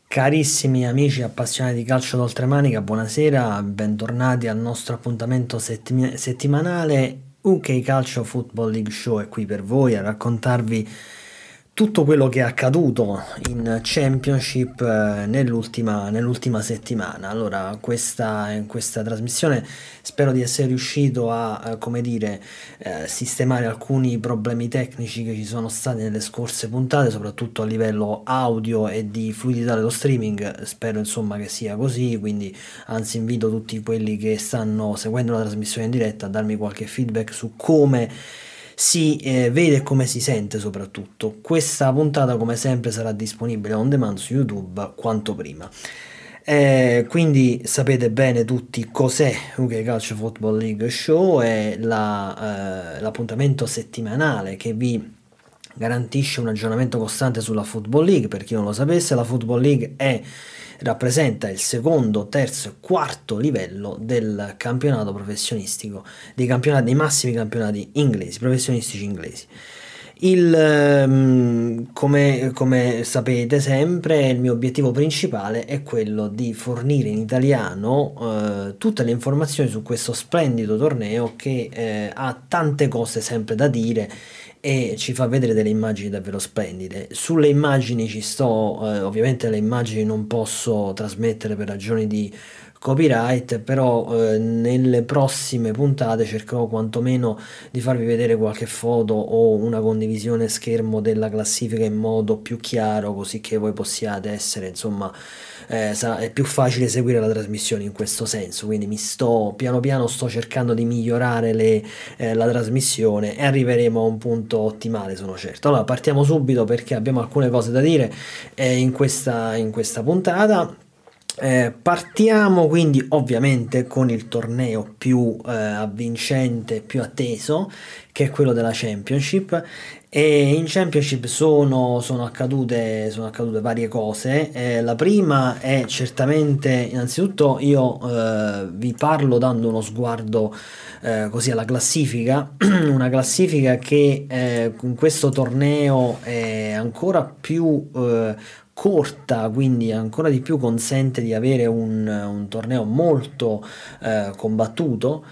Carissimi amici appassionati di calcio d'oltremanica, buonasera, bentornati al nostro appuntamento settimanale. UK Calcio Football League Show è qui per voi a raccontarvi tutto quello che è accaduto in Championship nell'ultima settimana. Allora, in questa trasmissione spero di essere riuscito a, come dire, sistemare alcuni problemi tecnici che ci sono stati nelle scorse puntate, soprattutto a livello audio e di fluidità dello streaming. Spero insomma che sia così, quindi anzi invito tutti quelli che stanno seguendo la trasmissione in diretta a darmi qualche feedback su come si vede e come si sente soprattutto. Questa puntata come sempre sarà disponibile on demand su YouTube quanto prima. Quindi sapete bene tutti cos'è UK Calcio Football League Show, è l'appuntamento settimanale che vi garantisce un aggiornamento costante sulla Football League. Per chi non lo sapesse, la Football League rappresenta il secondo, terzo e quarto livello del campionato professionistico, dei massimi campionati inglesi, professionistici inglesi. Come sapete sempre, il mio obiettivo principale è quello di fornire in italiano tutte le informazioni su questo splendido torneo che ha tante cose sempre da dire e ci fa vedere delle immagini davvero splendide. Sulle immagini ovviamente le immagini non posso trasmettere per ragioni di copyright, però nelle prossime puntate cercherò quantomeno di farvi vedere qualche foto o una condivisione schermo della classifica in modo più chiaro, così che voi possiate essere, insomma, è più facile seguire la trasmissione in questo senso. Quindi piano piano sto cercando di migliorare la trasmissione e arriveremo a un punto ottimale, sono certo. Allora, partiamo subito perché abbiamo alcune cose da dire in questa puntata. Partiamo quindi ovviamente con il torneo più avvincente, più atteso, che è quello della Championship. E in Championship sono accadute varie cose. La prima è certamente, innanzitutto, io vi parlo dando uno sguardo così alla classifica, una classifica che in questo torneo è ancora più corta, quindi ancora di più consente di avere un torneo molto combattuto,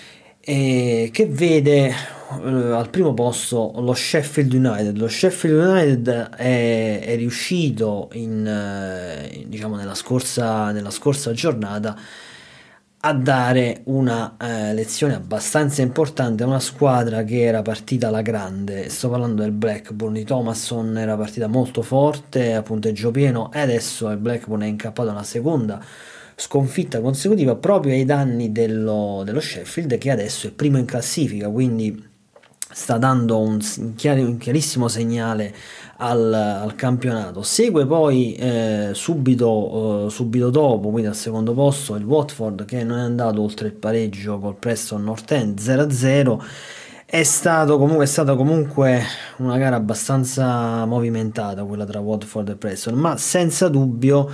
e che vede al primo posto lo Sheffield United. Lo Sheffield United è riuscito diciamo nella scorsa giornata a dare una lezione abbastanza importante a una squadra che era partita alla grande. Sto parlando del Blackburn di Thomasson, era partita molto forte, a punteggio pieno, e adesso il Blackburn è incappato una seconda sconfitta consecutiva proprio ai danni dello Sheffield, che adesso è primo in classifica, quindi sta dando un chiarissimo segnale al campionato. Segue poi subito dopo, quindi al secondo posto, il Watford, che non è andato oltre il pareggio col Preston North End 0-0. È stata comunque una gara abbastanza movimentata quella tra Watford e Preston, ma senza dubbio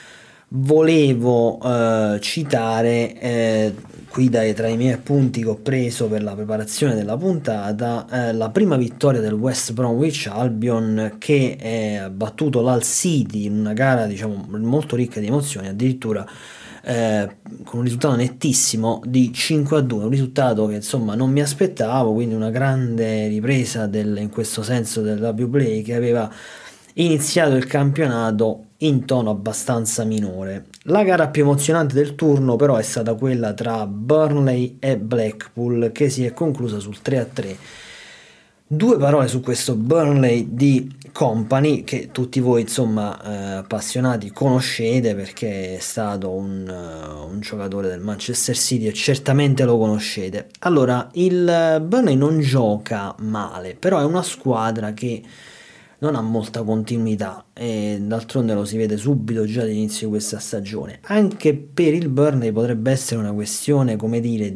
volevo citare qui tra i miei appunti che ho preso per la preparazione della puntata, la prima vittoria del West Bromwich Albion, che ha battuto l'Hull City in una gara diciamo molto ricca di emozioni, addirittura con un risultato nettissimo di 5-2, un risultato che insomma non mi aspettavo, quindi una grande ripresa in questo senso del W Play, che aveva iniziato il campionato in tono abbastanza minore. La gara più emozionante del turno però è stata quella tra Burnley e Blackpool, che si è conclusa sul 3-3. Due parole su questo Burnley di Company, che tutti voi insomma appassionati conoscete, perché è stato un giocatore del Manchester City e certamente lo conoscete. Allora, il Burnley non gioca male, però è una squadra che non ha molta continuità, e d'altronde lo si vede subito già all'inizio di questa stagione. Anche per il Burnley potrebbe essere una questione, come dire,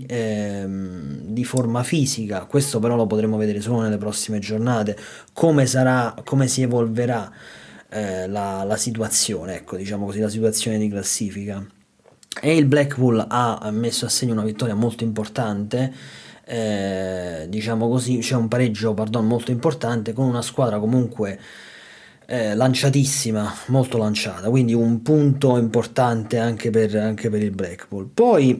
di forma fisica. Questo però lo potremo vedere solo nelle prossime giornate, come sarà, come si evolverà la situazione, ecco, diciamo così, la situazione di classifica. E il Blackpool ha messo a segno una vittoria molto importante, diciamo così, c'è un pareggio, pardon, molto importante, con una squadra comunque lanciatissima, molto lanciata, quindi un punto importante anche per il Blackpool. Poi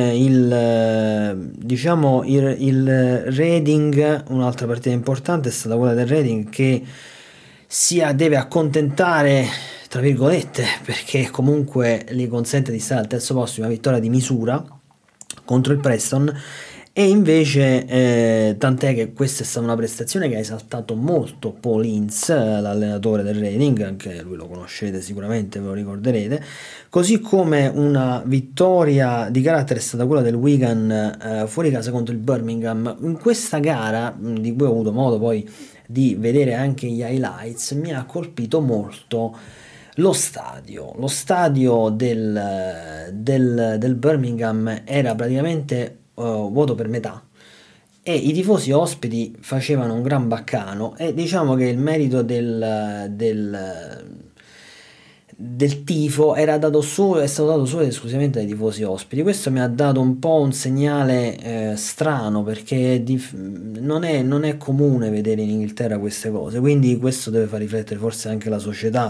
diciamo il Reading, un'altra partita importante è stata quella del Reading che deve accontentare, tra virgolette, perché comunque gli consente di stare al terzo posto in una vittoria di misura contro il Preston. E invece, tant'è che questa è stata una prestazione che ha esaltato molto Paul Ince, l'allenatore del Reading, anche lui lo conoscete sicuramente, ve lo ricorderete, così come una vittoria di carattere è stata quella del Wigan fuori casa contro il Birmingham. In questa gara, di cui ho avuto modo poi di vedere anche gli highlights, mi ha colpito molto lo stadio del Birmingham era praticamente vuoto per metà e i tifosi ospiti facevano un gran baccano e diciamo che il merito del tifo è stato dato solo ed esclusivamente dai tifosi ospiti. Questo mi ha dato un po' un segnale strano perché non è comune vedere in Inghilterra queste cose, quindi questo deve far riflettere forse anche la società.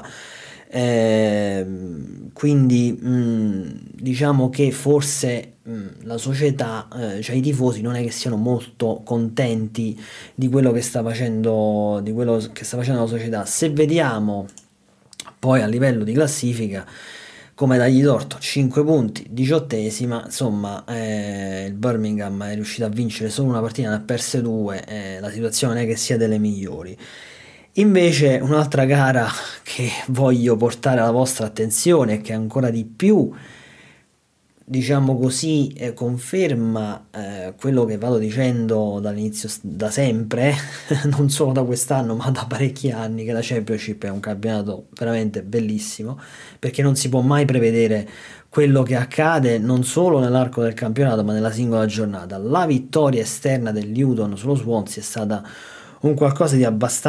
Quindi diciamo che forse la società, cioè i tifosi non è che siano molto contenti di quello che sta facendo, di quello che sta facendo la società. Se vediamo poi a livello di classifica, come dagli torto, 5 punti, 18esima, insomma, il Birmingham è riuscito a vincere solo una partita, ne ha perse due, la situazione non è che sia delle migliori. Invece un'altra gara che voglio portare alla vostra attenzione e che ancora di più, diciamo così, conferma quello che vado dicendo dall'inizio, da sempre, non solo da quest'anno, ma da parecchi anni, che la Championship è un campionato veramente bellissimo, perché non si può mai prevedere quello che accade non solo nell'arco del campionato, ma nella singola giornata. La vittoria esterna del Luton sullo Swansea è stata un qualcosa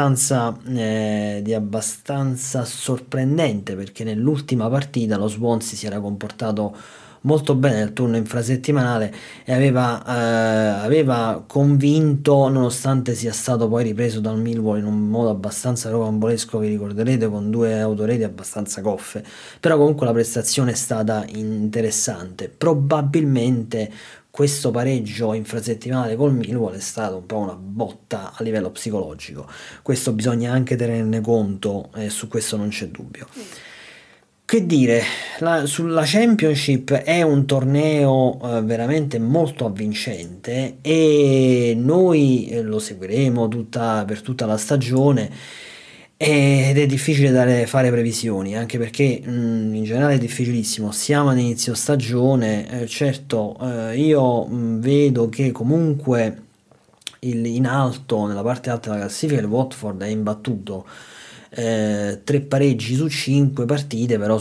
di abbastanza sorprendente perché nell'ultima partita lo Swansea si era comportato molto bene nel turno infrasettimanale e aveva convinto, nonostante sia stato poi ripreso dal Millwall in un modo abbastanza rocambolesco, vi ricorderete, con due autoreti abbastanza goffe, però comunque la prestazione è stata interessante. Probabilmente questo pareggio infrasettimanale col Millwall è stato un po' una botta a livello psicologico. Questo bisogna anche tenerne conto e su questo non c'è dubbio. Che dire, sulla Championship è un torneo veramente molto avvincente e noi lo seguiremo per tutta la stagione ed è difficile fare previsioni, anche perché in generale è difficilissimo. Siamo all'inizio stagione, certo, io vedo che comunque in alto, nella parte alta della classifica, il Watford è imbattuto. 3 pareggi su 5 partite, però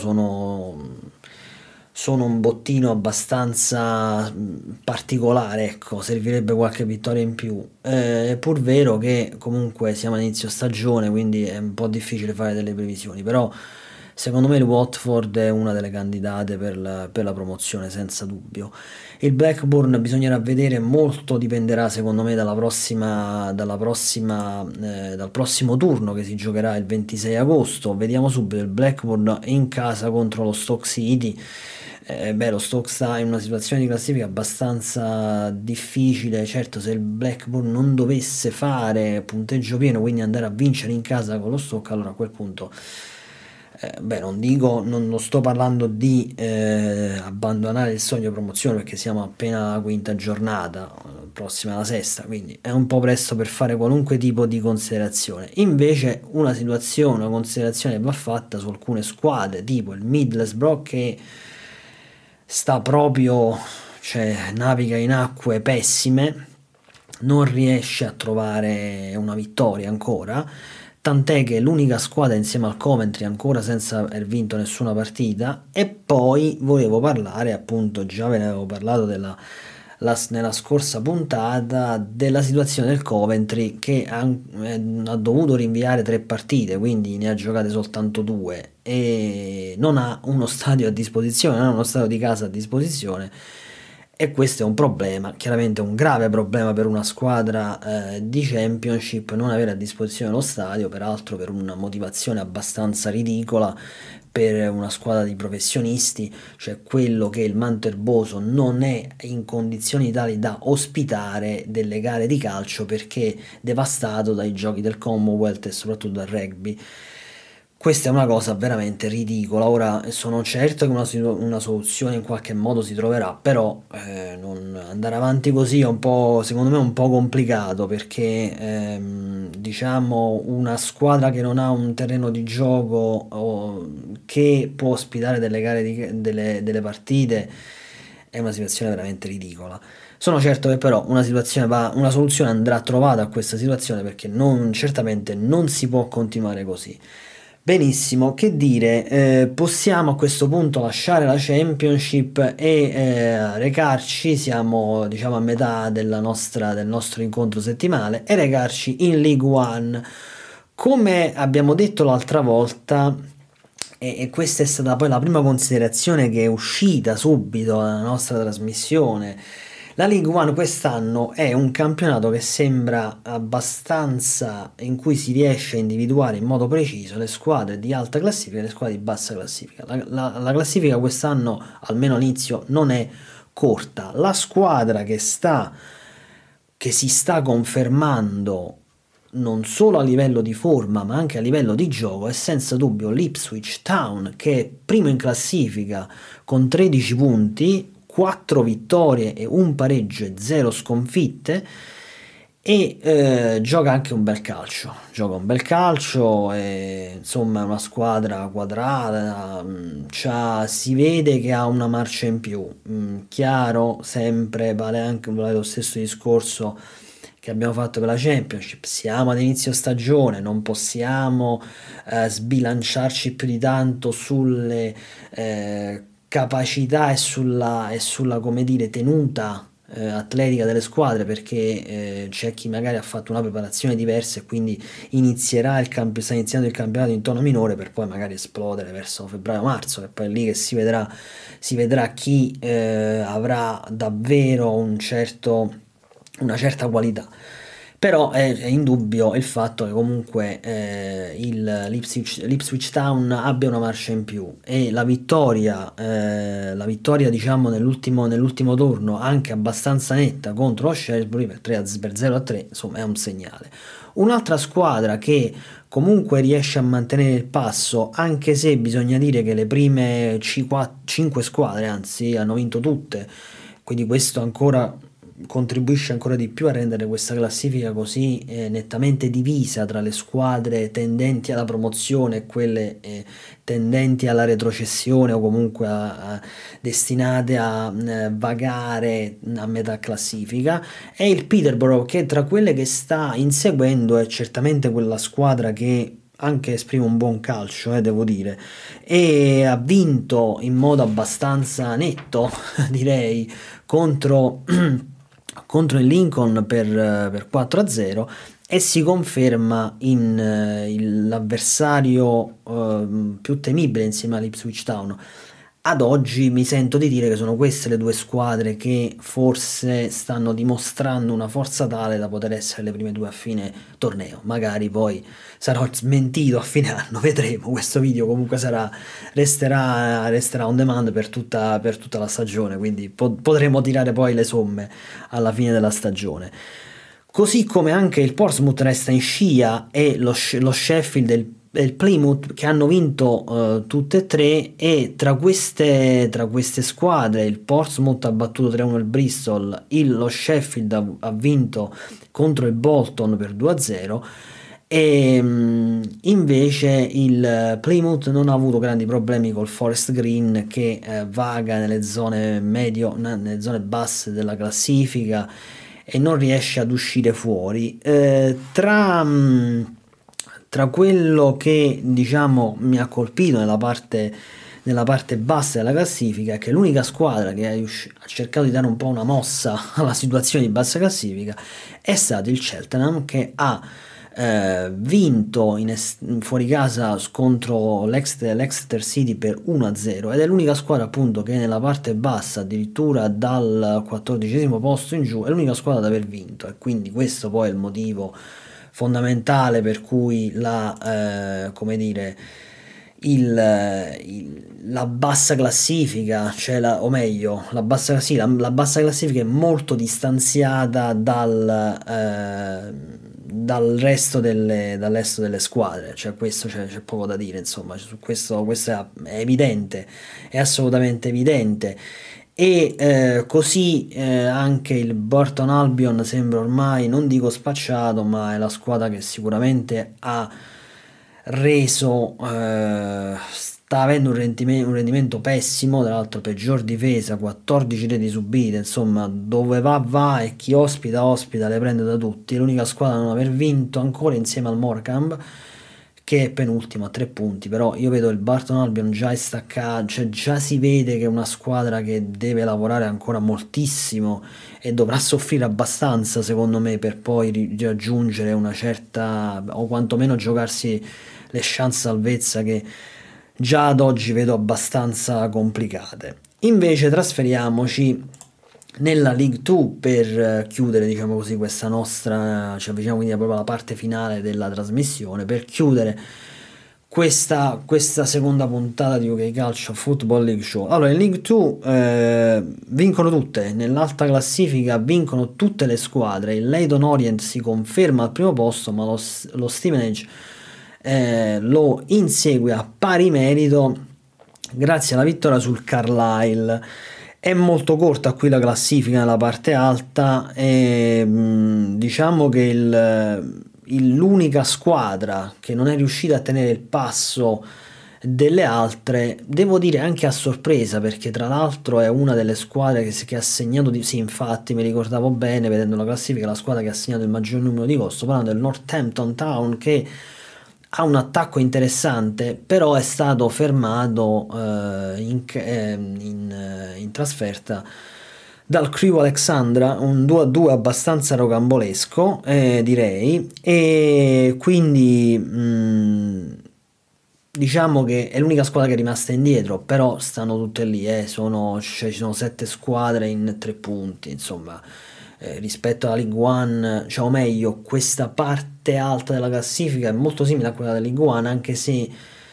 sono un bottino abbastanza particolare, ecco, servirebbe qualche vittoria in più. È pur vero che comunque siamo a inizio stagione, quindi è un po' difficile fare delle previsioni, però secondo me il Watford è una delle candidate per la promozione, senza dubbio. Il Blackburn bisognerà vedere, molto dipenderà secondo me dal prossimo turno che si giocherà il 26 agosto. Vediamo subito il Blackburn in casa contro lo Stoke City. Lo Stoke sta in una situazione di classifica abbastanza difficile. Certo, se il Blackburn non dovesse fare punteggio pieno, quindi andare a vincere in casa con lo Stoke, allora a quel punto non sto parlando di abbandonare il sogno promozione perché siamo appena alla quinta giornata, prossima alla sesta, quindi è un po' presto per fare qualunque tipo di considerazione. Invece una considerazione va fatta su alcune squadre, tipo il Middlesbrough che sta proprio, cioè naviga in acque pessime, non riesce a trovare una vittoria ancora, tant'è che è l'unica squadra insieme al Coventry ancora senza aver vinto nessuna partita. E poi volevo parlare, appunto, già ve ne avevo parlato nella scorsa puntata, della situazione del Coventry che ha dovuto rinviare 3 partite, quindi ne ha giocate soltanto 2 e non ha uno stadio a disposizione, non ha uno stadio di casa a disposizione e questo è un problema, chiaramente un grave problema per una squadra di Championship, non avere a disposizione lo stadio, peraltro per una motivazione abbastanza ridicola per una squadra di professionisti, cioè quello che il Manterboso non è in condizioni tali da ospitare delle gare di calcio perché è devastato dai giochi del Commonwealth e soprattutto dal rugby. Questa è una cosa veramente ridicola. Ora sono certo che una soluzione in qualche modo si troverà, però andare avanti così è un po', secondo me, un po' complicato perché diciamo una squadra che non ha un terreno di gioco o che può ospitare delle gare delle partite è una situazione veramente ridicola. Sono certo che però una soluzione andrà trovata a questa situazione perché certamente non si può continuare così. Benissimo, che dire, possiamo a questo punto lasciare la Championship e recarci, siamo diciamo a metà del nostro incontro settimanale, e recarci in League One. Come abbiamo detto l'altra volta, e questa è stata poi la prima considerazione che è uscita subito dalla nostra trasmissione. La League One quest'anno è un campionato che sembra abbastanza in cui si riesce a individuare in modo preciso le squadre di alta classifica e le squadre di bassa classifica. La classifica quest'anno, almeno all'inizio, non è corta. La squadra che si sta confermando non solo a livello di forma ma anche a livello di gioco è senza dubbio l'Ipswich Town, che è primo in classifica con 13 punti, 4 vittorie e un pareggio e 0 sconfitte, e gioca anche un bel calcio. Gioca un bel calcio e insomma è una squadra quadrata, si vede che ha una marcia in più. Chiaro, sempre vale lo stesso discorso che abbiamo fatto per la Championship. Siamo ad inizio stagione, non possiamo sbilanciarci più di tanto sulle capacità e sulla, come dire, tenuta atletica delle squadre, perché c'è chi magari ha fatto una preparazione diversa e quindi sta iniziando il campionato in tono minore per poi magari esplodere verso febbraio-marzo, e poi è lì che si vedrà chi avrà davvero una certa qualità. Però è indubbio il fatto che comunque l'Ipswich Town abbia una marcia in più, e la vittoria diciamo nell'ultimo turno, anche abbastanza netta, contro lo Shrewsbury per 0-3, insomma è un segnale. Un'altra squadra che comunque riesce a mantenere il passo, anche se bisogna dire che le prime 5 squadre, anzi, hanno vinto tutte, quindi questo ancora contribuisce ancora di più a rendere questa classifica così nettamente divisa tra le squadre tendenti alla promozione e quelle tendenti alla retrocessione o comunque destinate a vagare a metà classifica. E il Peterborough, che tra quelle che sta inseguendo è certamente quella squadra che anche esprime un buon calcio, devo dire, e ha vinto in modo abbastanza netto, direi, contro contro il Lincoln per 4-0, e si conferma l'avversario più temibile insieme all'Ipswich Town. Ad oggi mi sento di dire che sono queste le due squadre che forse stanno dimostrando una forza tale da poter essere le prime due a fine torneo. Magari poi sarò smentito a fine anno, vedremo. Questo video comunque resterà on demand per tutta la stagione, quindi potremo tirare poi le somme alla fine della stagione. Così come anche il Portsmouth resta in scia, e lo Sheffield e il Plymouth, che hanno vinto tutte e tre, e tra queste squadre il Portsmouth ha battuto 3-1 il Bristol, lo Sheffield ha vinto contro il Bolton per 2-0, e invece il Plymouth non ha avuto grandi problemi col Forest Green, che vaga nelle zone nelle zone basse della classifica e non riesce ad uscire fuori. Tra quello che diciamo mi ha colpito nella parte bassa della classifica è che l'unica squadra che ha cercato di dare un po' una mossa alla situazione di bassa classifica è stato il Cheltenham, che ha vinto in fuori casa contro l'Exeter City per 1-0 ed è l'unica squadra appunto che nella parte bassa, addirittura dal 14° posto in giù, è l'unica squadra ad aver vinto, e quindi questo poi è il motivo fondamentale per cui come dire, la bassa classifica, cioè o meglio, sì, la bassa classifica è molto distanziata dal resto delle squadre, cioè questo c'è poco da dire, insomma, su questo è evidente, è assolutamente evidente. E così anche il Burton Albion sembra ormai, non dico spacciato, ma è la squadra che sicuramente ha reso, sta avendo un rendimento pessimo, tra l'altro peggior difesa, 14 reti subite, insomma dove va e chi ospita ospita, le prende da tutti, è l'unica squadra a non aver vinto ancora insieme al Morecambe, che è penultimo a 3 punti. Però io vedo il Burton Albion già è staccato, cioè già si vede che è una squadra che deve lavorare ancora moltissimo e dovrà soffrire abbastanza secondo me per poi raggiungere una certa, o quantomeno giocarsi le chance salvezza che già ad oggi vedo abbastanza complicate. Invece trasferiamoci nella League 2 per chiudere, diciamo così, questa nostra, ci avviciniamo quindi proprio alla parte finale della trasmissione, per chiudere questa seconda puntata di UK Calcio Football League Show. Allora, in League 2 vincono tutte, nell'alta classifica vincono tutte le squadre, il Leyton Orient si conferma al primo posto, ma lo Stevenage lo insegue a pari merito grazie alla vittoria sul Carlisle. È molto corta qui la classifica nella parte alta e diciamo che l'unica squadra che non è riuscita a tenere il passo delle altre, devo dire anche a sorpresa, perché tra l'altro è una delle squadre che ha segnato sì, infatti mi ricordavo bene vedendo la classifica, la squadra che ha segnato il maggior numero di gol, sto parlando del Northampton Town, che ha un attacco interessante, però è stato fermato in trasferta dal Crewe Alexandra, un 2-2 abbastanza rocambolesco, direi, e quindi diciamo che è l'unica squadra che è rimasta indietro, però stanno tutte lì, cioè, ci sono 7 squadre in 3 punti, insomma, rispetto alla League One, cioè, o meglio, questa parte alta della classifica è molto simile a quella della League One, anche se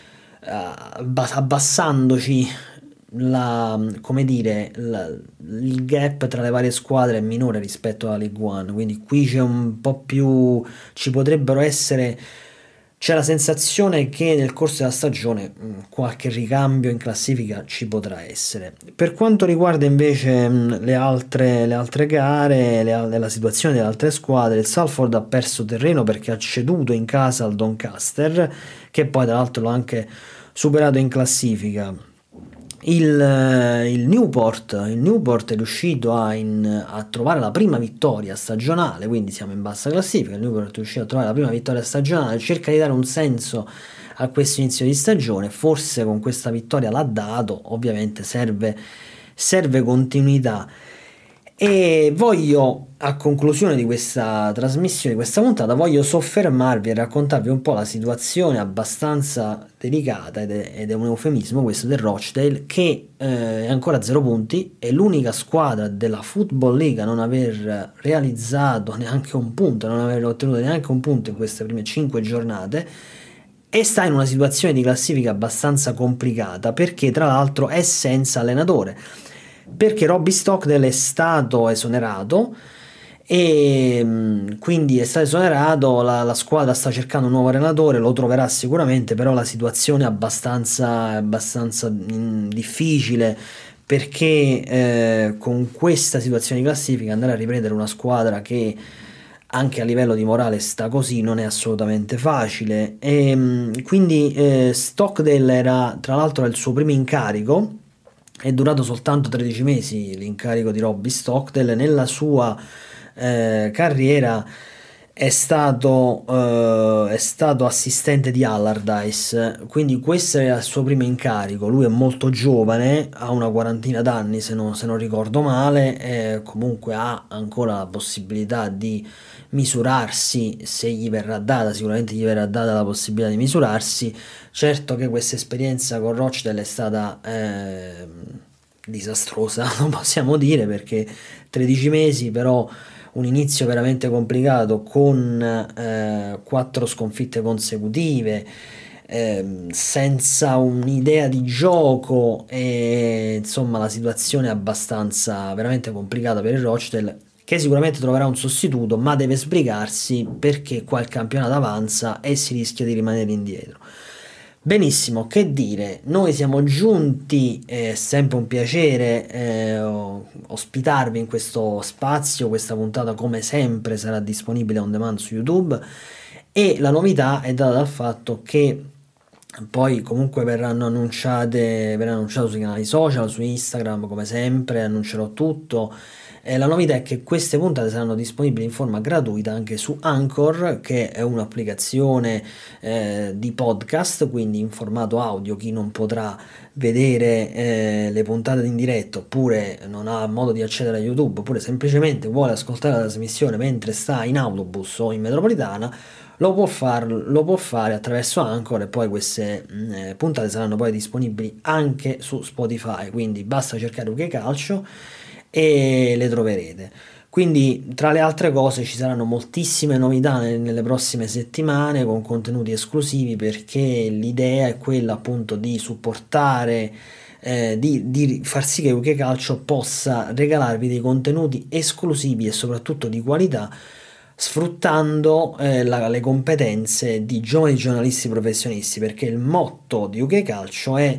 abbassandoci come dire, il gap tra le varie squadre è minore rispetto alla League One, quindi qui c'è un po' più, ci potrebbero essere, c'è la sensazione che nel corso della stagione qualche ricambio in classifica ci potrà essere. Per quanto riguarda invece le altre gare, la situazione delle altre squadre, il Salford ha perso terreno perché ha ceduto in casa al Doncaster, che poi tra l'altro l'ha anche superato in classifica. Il Newport è riuscito a trovare la prima vittoria stagionale, quindi siamo in bassa classifica. Il Newport è riuscito a trovare la prima vittoria stagionale, cerca di dare un senso a questo inizio di stagione, forse con questa vittoria l'ha dato, ovviamente serve continuità. E voglio, a conclusione di questa trasmissione, di questa puntata, voglio soffermarvi e raccontarvi un po' la situazione abbastanza delicata, ed è un eufemismo questo, del Rochdale, che è ancora a 0 punti, è l'unica squadra della Football League a non aver realizzato neanche un punto, a non aver ottenuto neanche un punto in queste prime 5 giornate, e sta in una situazione di classifica abbastanza complicata, perché tra l'altro è senza allenatore, perché Robbie Stockdale è stato esonerato, e quindi è stato esonerato, la squadra sta cercando un nuovo allenatore, lo troverà sicuramente, però la situazione è abbastanza difficile, perché con questa situazione di classifica andare a riprendere una squadra che anche a livello di morale sta così non è assolutamente facile, e quindi Stockdale era tra l'altro il suo primo incarico. È durato soltanto 13 mesi l'incarico di Robbie Stockdale nella sua carriera. è stato assistente di Allardyce, quindi questo è il suo primo incarico. Lui è molto giovane, ha una quarantina d'anni se non ricordo male, e comunque ha ancora la possibilità di misurarsi se gli verrà data, sicuramente gli verrà data la possibilità di misurarsi. Certo che questa esperienza con Rochdale è stata disastrosa, non possiamo dire, perché 13 mesi, però un inizio veramente complicato con 4 sconfitte consecutive, senza un'idea di gioco, e insomma la situazione è abbastanza veramente complicata per il Rochdale, che sicuramente troverà un sostituto, ma deve sbrigarsi perché qua il campionato avanza e si rischia di rimanere indietro. Benissimo, che dire, noi siamo giunti, è sempre un piacere ospitarvi in questo spazio. Questa puntata come sempre sarà disponibile on demand su YouTube, e la novità è data dal fatto che poi comunque verranno annunciate sui canali social, su Instagram come sempre, annuncerò tutto. La novità è che queste puntate saranno disponibili in forma gratuita anche su Anchor, che è un'applicazione di podcast, quindi in formato audio. Chi non potrà vedere le puntate in diretta, oppure non ha modo di accedere a YouTube, oppure semplicemente vuole ascoltare la trasmissione mentre sta in autobus o in metropolitana, lo può fare attraverso Anchor, e poi queste puntate saranno poi disponibili anche su Spotify, quindi basta cercare UK Calcio e le troverete. Quindi, tra le altre cose, ci saranno moltissime novità nelle prossime settimane con contenuti esclusivi, perché l'idea è quella appunto di supportare, di far sì che UK Calcio possa regalarvi dei contenuti esclusivi e soprattutto di qualità, sfruttando le competenze di giovani giornalisti professionisti, perché il motto di UK Calcio è,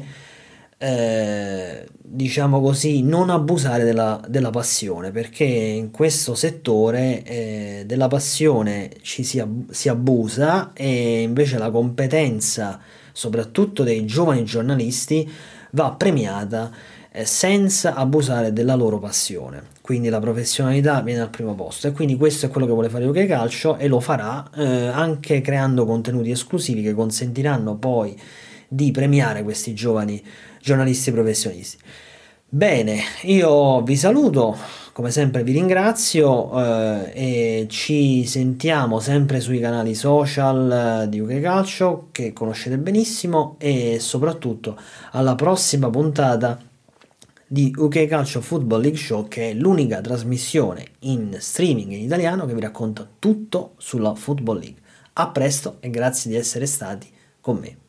diciamo così, non abusare della passione, perché in questo settore della passione si abusa, e invece la competenza, soprattutto dei giovani giornalisti, va premiata senza abusare della loro passione. Quindi la professionalità viene al primo posto, e quindi questo è quello che vuole fare UK Calcio, e lo farà anche creando contenuti esclusivi che consentiranno poi di premiare questi giovani giornalisti professionisti. Bene, io vi saluto, come sempre vi ringrazio, e ci sentiamo sempre sui canali social di UK Calcio, che conoscete benissimo, e soprattutto alla prossima puntata di UK Calcio Football League Show, che è l'unica trasmissione in streaming in italiano che vi racconta tutto sulla Football League. A presto e grazie di essere stati con me.